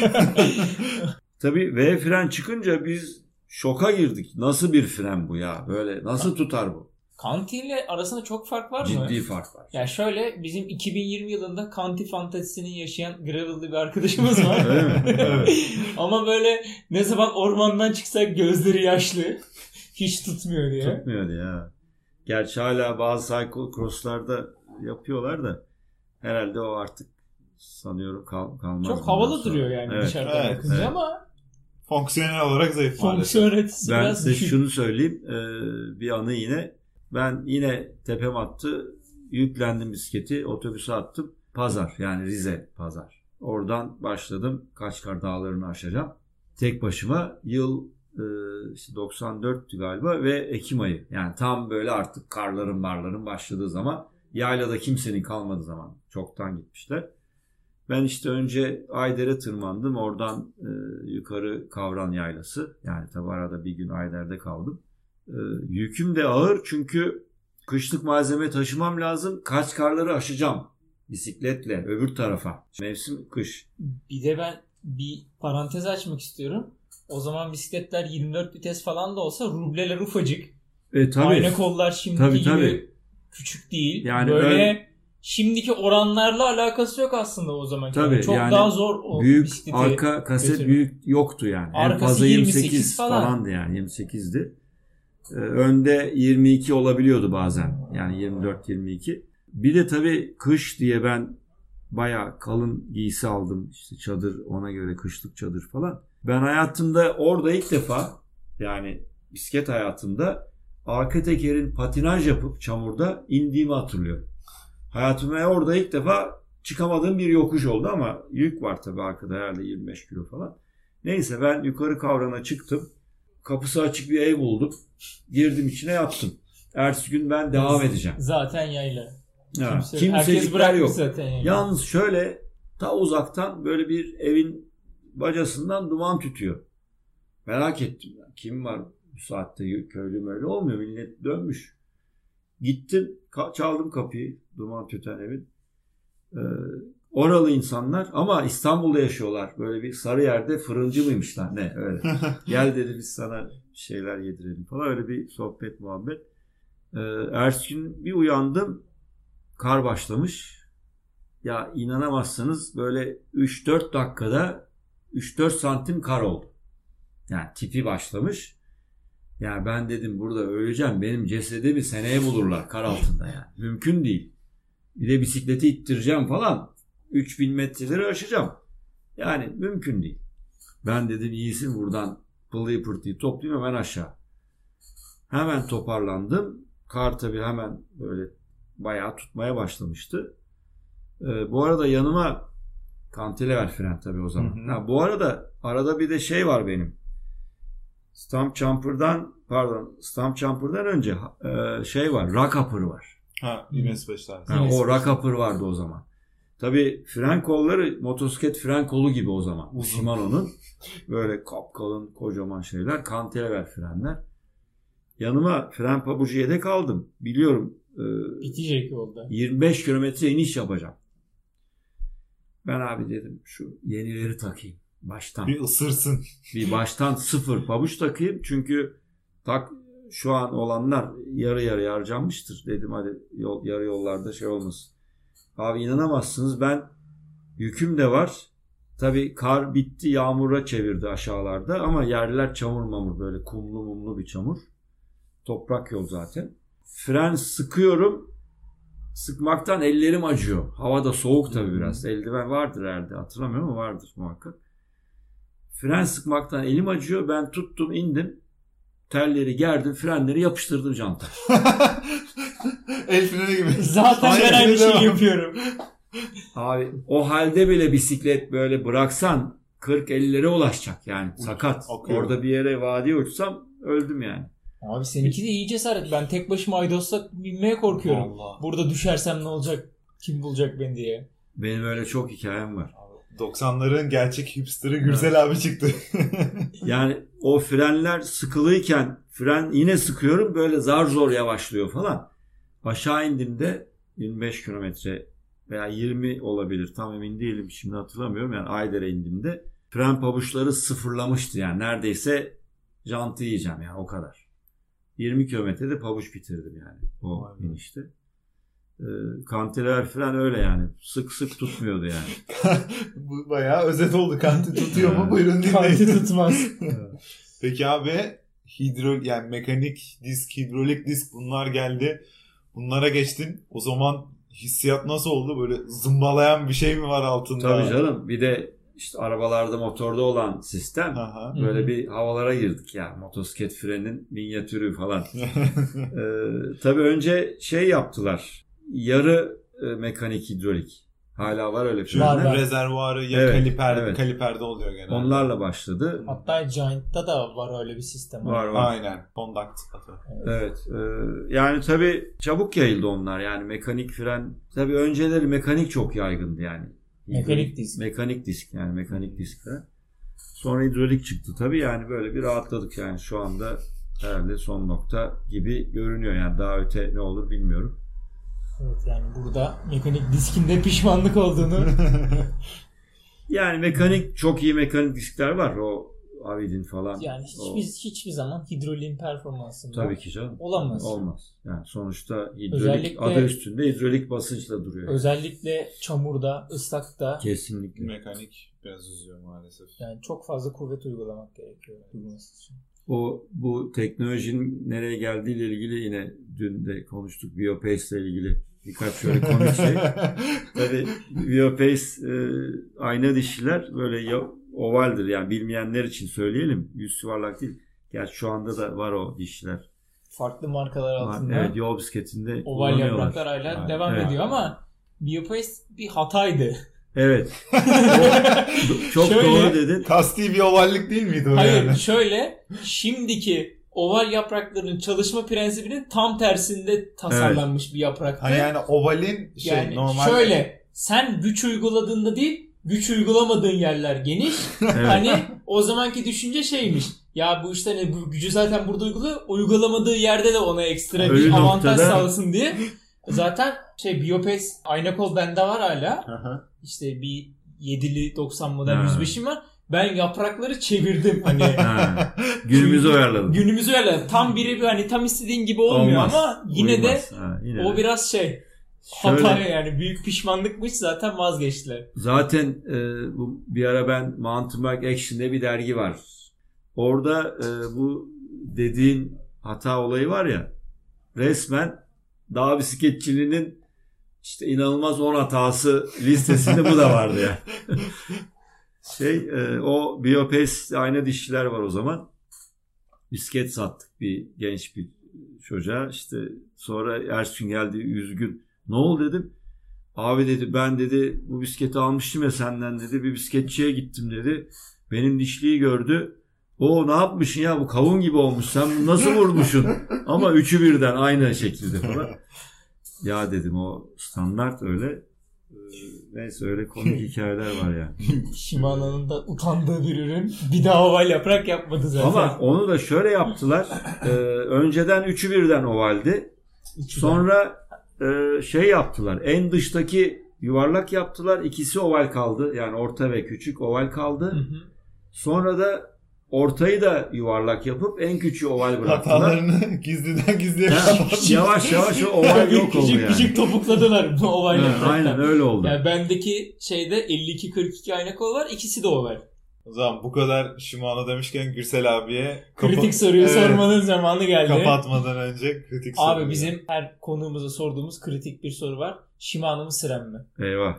Tabii V-fren çıkınca biz şoka girdik. Nasıl bir fren bu ya? Böyle nasıl tutar bu? Conti ile arasında çok fark var mı? Ciddi fark var. Ya şöyle bizim 2020 yılında Conti fantezisini yaşayan gravel'lı bir arkadaşımız var. Öyle mi? Evet. Ama böyle ne zaman ormandan çıksak gözleri yaşlı. Hiç tutmuyor diye. Tutmuyor ya. Gerçi hala bazı cyclocross'larda yapıyorlar da herhalde o artık sanıyorum kalmaz. Çok havalı duruyor yani dışarıdan bakınca ama fonksiyonel olarak zayıf. Fonksiyonelitesi ben biraz size şunu söyleyeyim. Bir anı yine. Ben yine tepem attı. Yüklendim bisikleti. Otobüse attım. Pazar yani Rize pazar. Oradan başladım. Kaçkar Dağları'nı aşacağım. Tek başıma yıl işte 94'tü galiba ve Ekim ayı. Yani tam böyle artık karların başladığı zaman. Yaylada kimsenin kalmadığı zaman. Çoktan gitmişler. Ben işte önce Ayder'e tırmandım. Oradan yukarı Kavran Yaylası. Yani tabi arada bir gün Ayder'de kaldım. Yüküm de ağır çünkü kışlık malzeme taşımam lazım. Kaçkarları aşacağım bisikletle öbür tarafa. Mevsim kış. Bir de ben bir parantez açmak istiyorum. O zaman bisikletler 24 vites falan da olsa rubleler ufacık. Tabii. Ayna kollar şimdiki gibi küçük değil. Yani böyle şimdiki oranlarla alakası yok aslında o zaman. Tabii, çok yani daha zor o büyük bisikleti arka kaset götürmek. büyük yoktu yani. Arkası 28 falandı yani 28'di. Önde 22 olabiliyordu bazen. Yani 24-22. Bir de tabii kış diye ben bayağı kalın giysi aldım. İşte çadır, ona göre kışlık çadır falan. Ben hayatımda orada ilk defa yani bisiklet hayatımda arka tekerin patinaj yapıp çamurda indiğimi hatırlıyorum. Hayatımda orada ilk defa çıkamadığım bir yokuş oldu ama yük var tabii arkada herhalde 25 kilo falan. Neyse ben yukarı Kavran'a çıktım. Kapısı açık bir ev buldum. Girdim içine yattım. Ertesi gün ben devam edeceğim. Zaten yayla. Herkes bırakmış yok. Zaten yayla. Yalnız şöyle ta uzaktan böyle bir evin bacasından duman tütüyor. Merak ettim. Kim var bu saatte köylü öyle olmuyor. Millet dönmüş. Gittim çaldım kapıyı duman tüten evin. Oralı insanlar ama İstanbul'da yaşıyorlar. Böyle bir Sarıyer'de fırıncı mıymışlar ne öyle. Gel dedi biz sana şeyler yedirelim falan öyle bir sohbet muhabbet. Ertesi gün bir uyandım kar başlamış. Ya inanamazsınız böyle 3-4 dakikada 3-4 santim kar oldu. Yani tipi başlamış. Yani ben dedim burada öleceğim. Benim cesedimi seneye bulurlar kar altında yani. Mümkün değil. Bir de bisikleti ittireceğim falan. 3000 metreleri aşacağım. Yani mümkün değil. Ben dedim iyisin buradan pılıyı pırtıyı toplayayım hemen aşağı. Hemen toparlandım. Kar tabii hemen böyle bayağı tutmaya başlamıştı. Bu arada yanıma kantilever fren tabii o zaman. Ha, bu arada bir de şey var benim. Stump Jumper'dan önce şey var. Rock Upper var. Ha, MS5'ler. O Rock Upper vardı o zaman. Tabii fren kolları motosiklet fren kolu gibi o zaman. Shimano'nun böyle kapkalın kocaman şeyler. Cantilever frenler. Yanıma fren pabucu yedek aldım. Biliyorum. Bitecek yolda. 25 kilometre iniş yapacağım. Ben abi dedim şu yenileri takayım. Baştan. Bir ısırsın. Bir baştan sıfır pabuç takayım. Çünkü şu an olanlar yarı yarıya harcanmıştır. Dedim hadi yarı yollarda şey olmasın. Abi inanamazsınız ben yüküm de var. Tabii kar bitti, yağmura çevirdi aşağılarda ama yerler çamur mamur, böyle kumlu mumlu bir çamur. Toprak yol zaten. Fren sıkıyorum. Sıkmaktan ellerim acıyor. Hava da soğuk tabii biraz. Eldiven vardır herhalde. Hatırlamıyorum ama vardır muhakkak. Fren sıkmaktan elim acıyor. Ben tuttum, indim. Telleri gerdim, frenleri yapıştırdım jantaya. El freni gibi. Zaten ben aynı şeyi yapıyorum. Abi o halde bile bisiklet böyle bıraksan 40-50'lere ulaşacak yani. Sakat. Akıyor. Orada bir yere vadiye uçsam öldüm yani. Abi seninki de iyi cesaret. Ben tek başıma Aydos'ta binmeye korkuyorum. Allah. Burada düşersem ne olacak? Kim bulacak beni diye. Benim öyle çok hikayem var. 90'ların gerçek hipsterı Gürsel abi çıktı. Yani o frenler sıkılıyken fren yine sıkıyorum, böyle zar zor yavaşlıyor falan. Aşağı indiğimde 25 kilometre veya 20 olabilir, tam emin değilim şimdi, hatırlamıyorum. Yani Ayder'e indiğimde fren pabuçları sıfırlamıştı yani, neredeyse jantı yiyeceğim yani, o kadar. 20 kilometrede pabuç bitirdim yani o inişte. Kantiler fren öyle yani. Sık sık tutmuyordu yani. Bu bayağı özet oldu. Kanti tutuyor mu? Buyurun dinleyin. Kanti tutmaz. Peki abi yani mekanik disk, hidrolik disk bunlar geldi. Bunlara geçtin. O zaman hissiyat nasıl oldu? Böyle zımbalayan bir şey mi var altında? Tabii canım. Bir de işte arabalarda, motorda olan sistem. Aha. Böyle bir havalara girdik ya. Motosiklet frenin minyatürü falan. Tabii önce şey yaptılar. Yarı mekanik hidrolik. Hala var öyle frenler. Var. Rezervuarı ya Evet, kaliper, evet. kaliperde oluyor genelde. Onlarla başladı. Hatta Giant'ta da var öyle bir sistem. Var. Aynen. Conduct. Evet. Yani tabii çabuk yayıldı onlar. Yani mekanik fren. Tabii önceleri mekanik çok yaygındı yani. Mekanik disk. Mekanik disk yani, mekanik disk fren. Sonra hidrolik çıktı tabii, yani böyle bir rahatladık yani, şu anda herhalde son nokta gibi görünüyor yani, daha öte ne olur bilmiyorum. Evet, yani burada mekanik diskinde pişmanlık olduğunu. Yani mekanik, çok iyi mekanik diskler var, o Avidin falan. Yani hiçbir zaman hidroliğin performansında tabii ki canım. Olmaz. Yani sonuçta hidrolik Özellikle, adı üstünde hidrolik basınçla duruyor. Özellikle çamurda, ıslakta. Kesinlikle. Mekanik biraz üzüyor maalesef. Yani çok fazla kuvvet uygulamak gerekiyor durması için. Bu teknolojinin nereye geldiğiyle ilgili yine dün de konuştuk. Biopace ile ilgili birkaç şöyle komik şey. Tabii Biopace ayna dişliler böyle ovaldir yani, bilmeyenler için söyleyelim. Yüz yuvarlak değil. Gerçi şu anda da var o dişliler. Farklı markalar altında. Evet, yol bisikletinde oval yapraklar hala devam ediyor ama Biopace bir hataydı. Evet. Çok şöyle, doğru dedin. Kasti bir ovallik değil miydi o? Hayır yani? Şöyle, şimdiki oval yapraklarının çalışma prensibinin tam tersinde tasarlanmış bir yapraktı. Ha yani ovalin yani normal. Şöyle, sen güç uyguladığında değil, güç uygulamadığın yerler geniş. Evet. Hani o zamanki düşünce şeymiş. Ya bu işte ne, bu gücü zaten burada uygulamadığı yerde de ona ekstra Ölü bir avantaj noktada sağlasın diye. Zaten Biopace ayna kol bende var hala. Aha. İşte bir 7'li 90 model Ha. 105'im var. Ben yaprakları çevirdim hani. Ha. Günümüzü ayarladım. Günümüzü öyle. Tam birebir hani tam istediğin gibi olmuyor Olmaz. ama yine Uymaz. de Yine o de. biraz hata yani, büyük pişmanlıkmış, zaten vazgeçtiler. Zaten bu bir ara ben Mountain Bike Action'de bir dergi var. Orada bu dediğin hata olayı var ya, resmen dağ bisikletçiliğinin işte inanılmaz 10 hatası listesinde bu da vardı ya. O Biopace ayna dişliler var o zaman. Bisiklet sattık bir genç bir çocuğa. İşte sonra Ersun geldi üzgün. Ne oldu dedim. Abi dedi, ben dedi bu bisikleti almıştım ya senden dedi. Bir bisikletçiye gittim dedi. Benim dişliği gördü. O ne yapmışsın ya, bu kavun gibi olmuş. Sen bunu nasıl vurmuşsun? Ama üçü birden aynı şekilde falan. Ya dedim, o standart öyle. Neyse, öyle komik hikayeler var yani. Shimano'nun da utandığı bir ürün. Bir daha oval yaprak yapmadı zaten. Ama onu da şöyle yaptılar. Önceden üçü birden ovaldi. Sonra yaptılar. En dıştaki yuvarlak yaptılar. İkisi oval kaldı. Yani orta ve küçük oval kaldı. Hı hı. Sonra da ortayı da yuvarlak yapıp en küçüğü oval bıraktılar. Hatalarını gizliden gizliye yavaş yavaş o oval yok oldu yani. Küçük topukladılar bu oval yapraktan. Aynen öyle oldu. Yani bendeki şeyde 52-42 ayna kol var. İkisi de oval. O zaman bu kadar Shimano demişken Gürsel abiye kritik soruyu sormanın zamanı geldi. Kapatmadan önce kritik soru. Abi bizim her konuğumuza sorduğumuz kritik bir soru var. Shimano mı SRAM mi? Eyvah.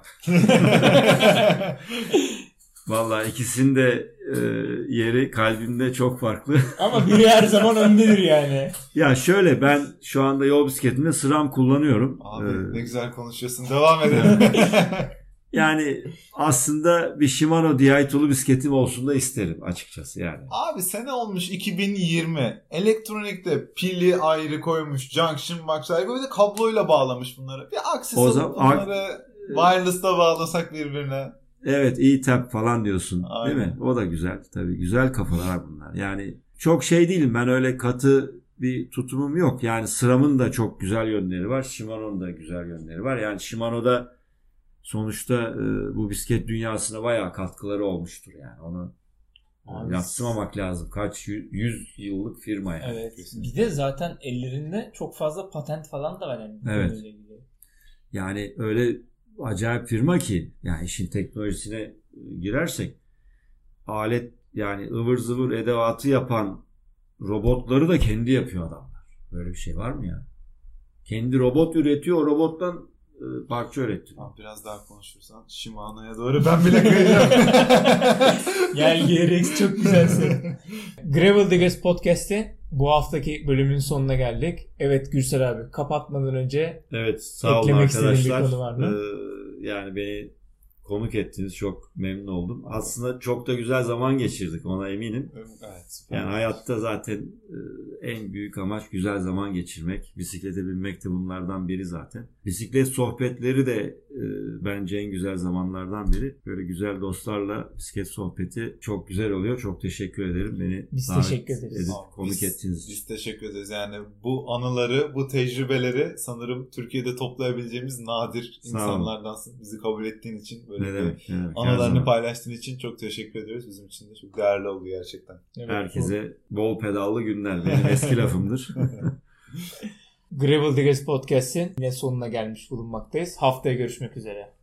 Vallahi ikisinin de yeri kalbimde çok farklı. Ama biri her zaman öndedir yani. Ya şöyle, ben şu anda yol bisikletinde SRAM kullanıyorum. Abi ne güzel konuşuyorsun. Devam edelim. Yani aslında bir Shimano Di2'lu bisikletim olsun da isterim açıkçası yani. Abi sene olmuş 2020. Elektronikte pili ayrı koymuş. Junction box ayrı. Bir de kabloyla bağlamış bunları. Bir aksesuar bunları wireless'ta bağlasak birbirine. Evet, e-tap falan diyorsun. Aynen. Değil mi? O da güzel. Tabii güzel kafalar bunlar. Yani çok şey değilim. Ben öyle katı bir tutumum yok. Yani SRAM'ın da çok güzel yönleri var. Shimano'nun da güzel yönleri var. Yani Shimano'da sonuçta bu bisiklet dünyasına bayağı katkıları olmuştur yani. Onu yadsımamak lazım. Kaç 100 yıllık firma yani. Evet. Bir de zaten ellerinde çok fazla patent falan da var yani. Evet. Yani öyle acayip firma ki yani işin teknolojisine girersek alet yani ıvır zıvır edevatı yapan robotları da kendi yapıyor adamlar. Böyle bir şey var mı ya? Kendi robot üretiyor, o robottan parça üretiyor. Biraz daha konuşursan Shimano'ya doğru ben bile kayacağım. Gel GRX çok güzelsin. Gravel Diggers Podcast'in bu haftaki bölümün sonuna geldik. Evet Gürsel abi, kapatmadan önce evet, sağ olun arkadaşlar. Bir konu var mı? Yani beni konuk ettiniz. Çok memnun oldum. Aslında çok da güzel zaman geçirdik, ona eminim. Evet. Yani hayatta zaten en büyük amaç güzel zaman geçirmek. Bisiklete binmek de bunlardan biri zaten. Bisiklet sohbetleri de bence en güzel zamanlardan biri. Böyle güzel dostlarla bisiklet sohbeti çok güzel oluyor. Çok teşekkür ederim. Beni biz teşekkür ederiz. Konuk ettiğiniz için. Biz teşekkür ederiz. Yani bu anıları, bu tecrübeleri sanırım Türkiye'de toplayabileceğimiz nadir insanlardansın. Bizi kabul ettiğin için böyle ne demek. anılarını paylaştığın için çok teşekkür ediyoruz. Bizim için de çok değerli oldu gerçekten. Evet, herkese bol pedallı günler. Benim eski lafımdır. Gravel Diggers Podcast'in yine sonuna gelmiş bulunmaktayız. Haftaya görüşmek üzere.